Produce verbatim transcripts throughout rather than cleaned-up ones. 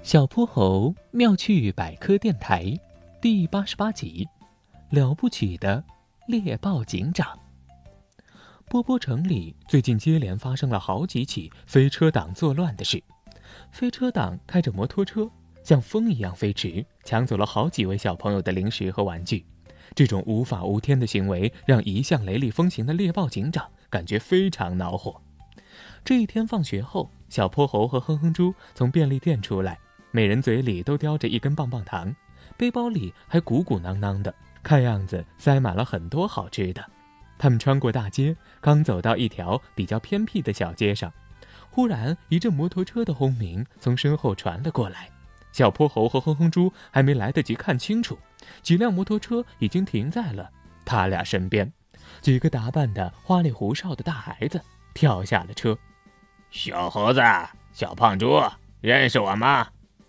小泼猴妙趣百科电台第八十八集，了不起的猎豹警长。波波城里最近接连发生了好几起飞车党作乱的事。飞车党开着摩托车像风一样飞驰，抢走了好几位小朋友的零食和玩具。这种无法无天的行为让一向雷厉风行的猎豹警长感觉非常恼火。这一天放学后，小泼猴和哼哼猪从便利店出来，每人嘴里都叼着一根棒棒糖，背包里还鼓鼓囊囊的，看样子塞满了很多好吃的。他们穿过大街，刚走到一条比较偏僻的小街上，忽然一阵摩托车的轰鸣从身后传了过来。小泼猴和哼哼猪还没来得及看清楚，几辆摩托车已经停在了他俩身边。几个打扮的花里胡哨的大孩子跳下了车。 小猴子，小胖猪，认识我吗？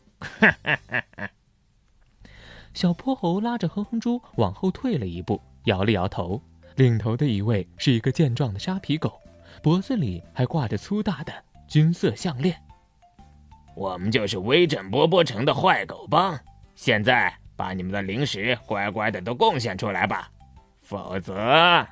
小泼猴拉着哼哼猪往后退了一步，摇了摇头。领头的一位是一个健壮的沙皮狗，脖子里还挂着粗大的金色项链。 我们就是威震波波城的坏狗帮，现在把你们的零食乖乖的都贡献出来吧，否则……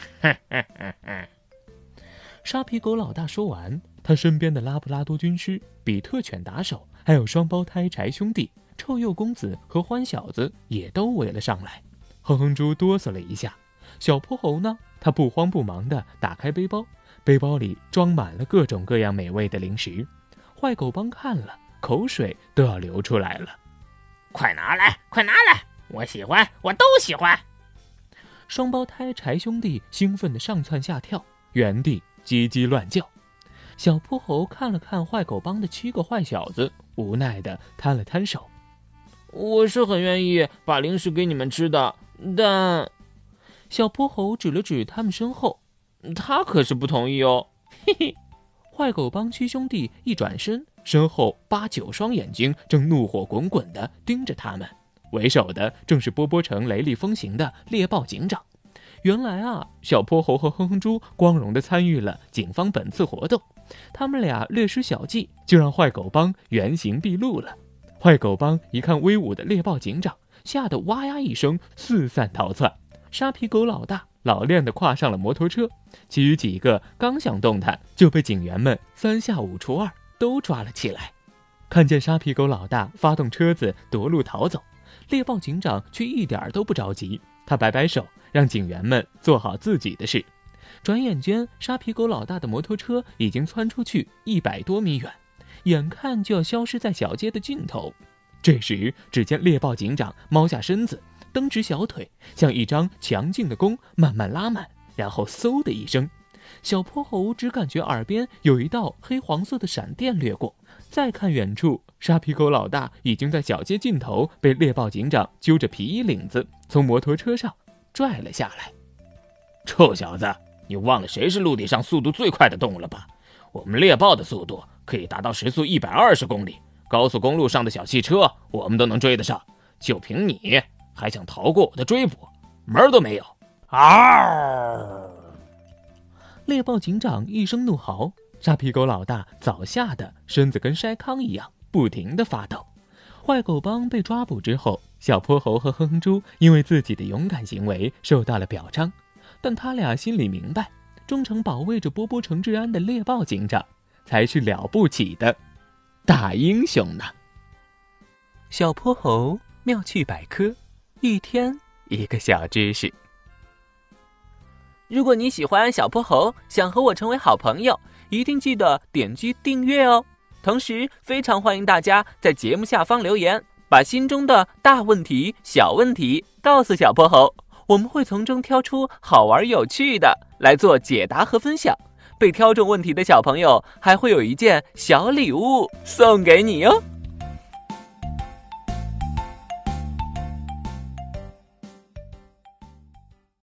沙皮狗老大说完，他身边的拉布拉多军师、比特犬打手，还有双胞胎柴兄弟、臭鼬公子和欢小子也都围了上来。哼哼猪哆嗦了一下，小泼猴呢，他不慌不忙地打开背包，背包里装满了各种各样美味的零食。坏狗帮看了，口水都要流出来了。 快拿来，快拿来，我喜欢，我都喜欢。 双胞胎柴兄弟兴奋地上蹿下跳，原地叽叽乱叫。小泼猴看了看坏狗帮的七个坏小子，无奈地摊了摊手。 我是很愿意把零食给你们吃的，但…… 小泼猴指了指他们身后， 他可是不同意哦。嘿嘿。 坏狗帮七兄弟一转身，身后八九双眼睛正怒火滚滚地盯着他们。为首的正是波波城雷厉风行的猎豹警长。原来啊，小泼猴和哼哼猪光荣地参与了警方本次活动，他们俩略施小计，就让坏狗帮原形毕露了。坏狗帮一看威武的猎豹警长，吓得哇呀一声四散逃窜。沙皮狗老大老练地跨上了摩托车，其余几个刚想动弹，就被警员们三下五除二都抓了起来。看见沙皮狗老大发动车子夺路逃走，猎豹警长却一点都不着急，他摆摆手，让警员们做好自己的事。转眼间，沙皮狗老大的摩托车已经窜出去一百多米远，眼看就要消失在小街的尽头。这时，只见猎豹警长猫下身子，蹬直小腿，像一张强劲的弓慢慢拉满，然后嗖的一声，小泼猴只感觉耳边有一道黑黄色的闪电掠过，再看远处，沙皮狗老大已经在小街尽头被猎豹警长揪着皮衣领子从摩托车上拽了下来。 臭小子，你忘了谁是陆地上速度最快的动物了吧？我们猎豹的速度可以达到时速一百二十公里，高速公路上的小汽车我们都能追得上，就凭你还想逃过我的追捕，门儿都没有！嗷！ 猎豹警长一声怒嚎，沙皮狗老大早吓得身子跟筛糠一样，不停地发抖。坏狗帮被抓捕之后，小泼猴和哼哼猪因为自己的勇敢行为受到了表彰，但他俩心里明白，忠诚保卫着波波城治安的猎豹警长才是了不起的大英雄呢。小泼猴妙趣百科，一天一个小知识。 如果你喜欢小泼猴，想和我成为好朋友，一定记得点击订阅哦。同时，非常欢迎大家在节目下方留言，把心中的大问题、小问题告诉小泼猴，我们会从中挑出好玩有趣的来做解答和分享。被挑中问题的小朋友还会有一件小礼物送给你哦。